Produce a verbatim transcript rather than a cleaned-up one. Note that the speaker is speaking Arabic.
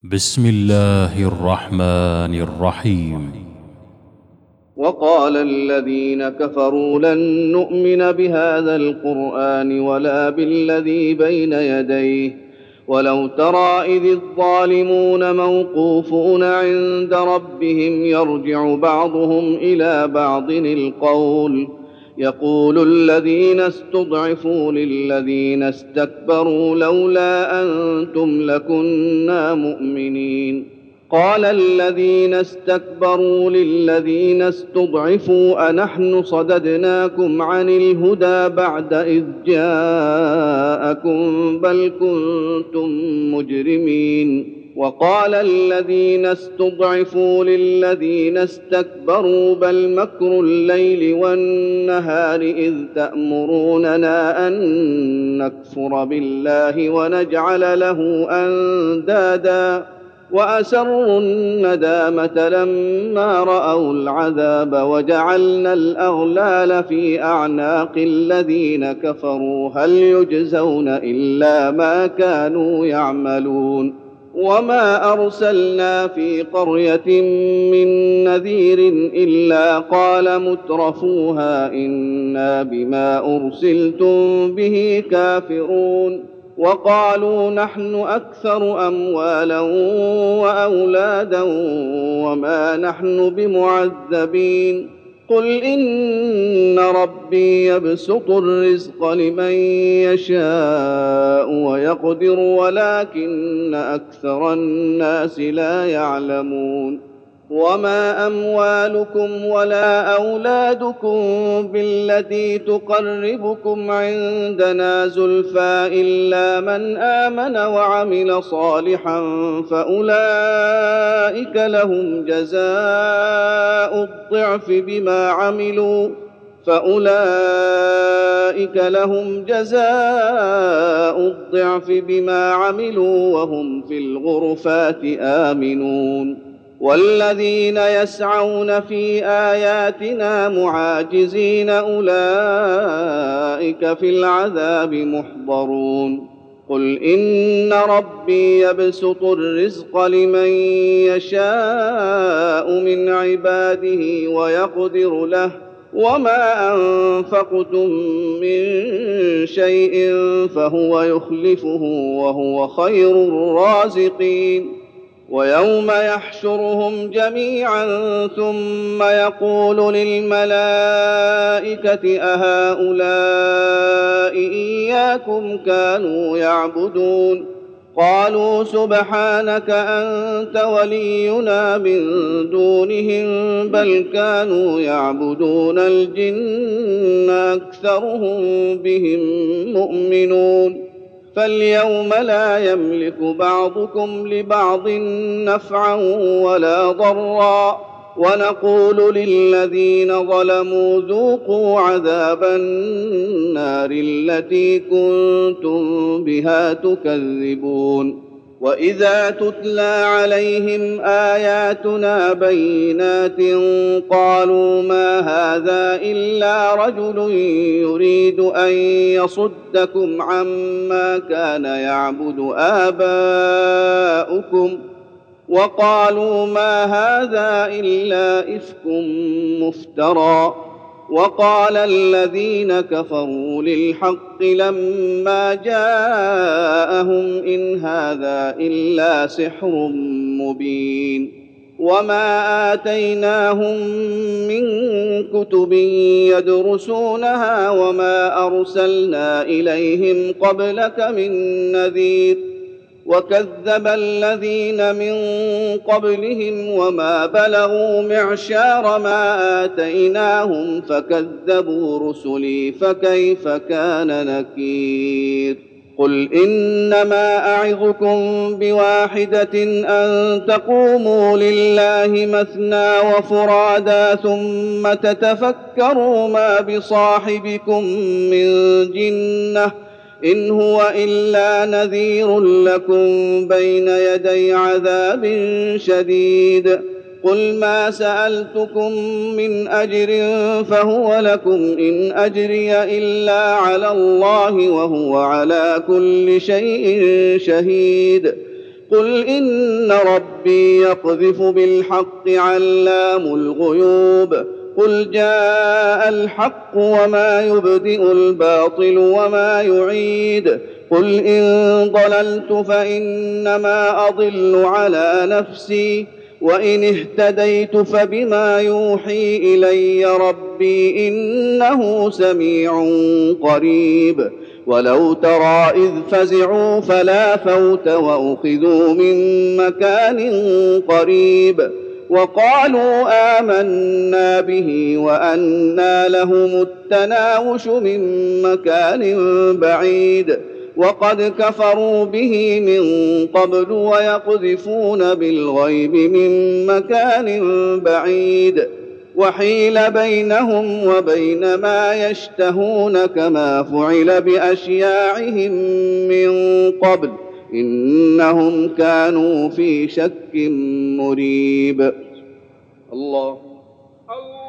بسم الله الرحمن الرحيم. وقال الذين كفروا لن نؤمن بهذا القرآن ولا بالذي بين يديه ولو ترى إذ الظالمون موقوفون عند ربهم يرجع بعضهم إلى بعض القول يقول الذين استضعفوا للذين استكبروا لولا أنتم لكنا مؤمنين. قال الذين استكبروا للذين استضعفوا أنحن صددناكم عن الهدى بعد إذ جاءكم بل كنتم مجرمين. وقال الذين استضعفوا للذين استكبروا بل مكر الليل والنهار إذ تأمروننا أن نكفر بالله ونجعل له أندادا وأسروا الندامة لما رأوا العذاب وجعلنا الأغلال في أعناق الذين كفروا هل يجزون إلا ما كانوا يعملون. وما أرسلنا في قرية من نذير إلا قال مترفوها إنا بما أرسلتم به كافرون وقالوا نحن أكثر أموالا وأولادا وما نحن بمعذبين. قل إن ربي يبسط الرزق لمن يشاء ويقدر ولكن أكثر الناس لا يعلمون. وما أموالكم ولا أولادكم بالتي تقربكم عندنا زلفى إلا من آمن وعمل صالحا فأولئك لهم جزاء الضعف بما عملوا فأولئك لهم جزاء الضعف بما عملوا وهم في الغرفات آمنون. والذين يسعون في آياتنا معاجزين أولئك في العذاب محضرون. قل إن ربي يبسط الرزق لمن يشاء من عباده ويقدر له وما أنفقتم من شيء فهو يخلفه وهو خير الرازقين. ويوم يحشرهم جميعا ثم يقول للملائكة أهؤلاء إياكم كانوا يعبدون قالوا سبحانك أنت ولينا من دونهم بل كانوا يعبدون الجن أكثرهم بهم مؤمنون. فاليوم لا يملك بعضكم لبعض نفعا ولا ضرا ونقول للذين ظلموا ذوقوا عذاب النار التي كنتم بها تكذبون. وإذا تتلى عليهم آياتنا بينات قالوا ما هذا إلا رجل يريد أن يصدكم عما كان يعبد آباؤكم وقالوا ما هذا إلا إفك مفترى. وقال الذين كفروا للحق لما جاءهم إن هذا إلا سحر مبين. وما آتيناهم من كتب يدرسونها وما أرسلنا إليهم قبلك من نذير وكذب الذين من قبلهم وما بلغوا معشار ما آتيناهم فكذبوا رسلي فكيف كان نكير. قل إنما أعظكم بواحدة أن تقوموا لله مثنى وفرادا ثم تتفكروا ما بصاحبكم من جنة إن هو إلا نذير لكم بين يدي عذاب شديد. قل ما سألتكم من أجر فهو لكم إن أجري إلا على الله وهو على كل شيء شهيد. قل إن ربي يقذف بالحق علام الغيوب قل جاء الحق وما يبدئ الباطل وما يعيد قل إن ضللت فإنما أضل على نفسي وإن اهتديت فبما يوحي إلي ربي إنه سميع قريب ولو ترى إذ فزعوا فلا فوت وأخذوا من مكان قريب وقالوا آمنا به وأنى لهم التناوش من مكان بعيد وقد كفروا به من قبل ويقذفون بالغيب من مكان بعيد وحيل بينهم وبين ما يشتهون كما فعل بأشياعهم من قبل إنهم كانوا في شك مريب. الله الله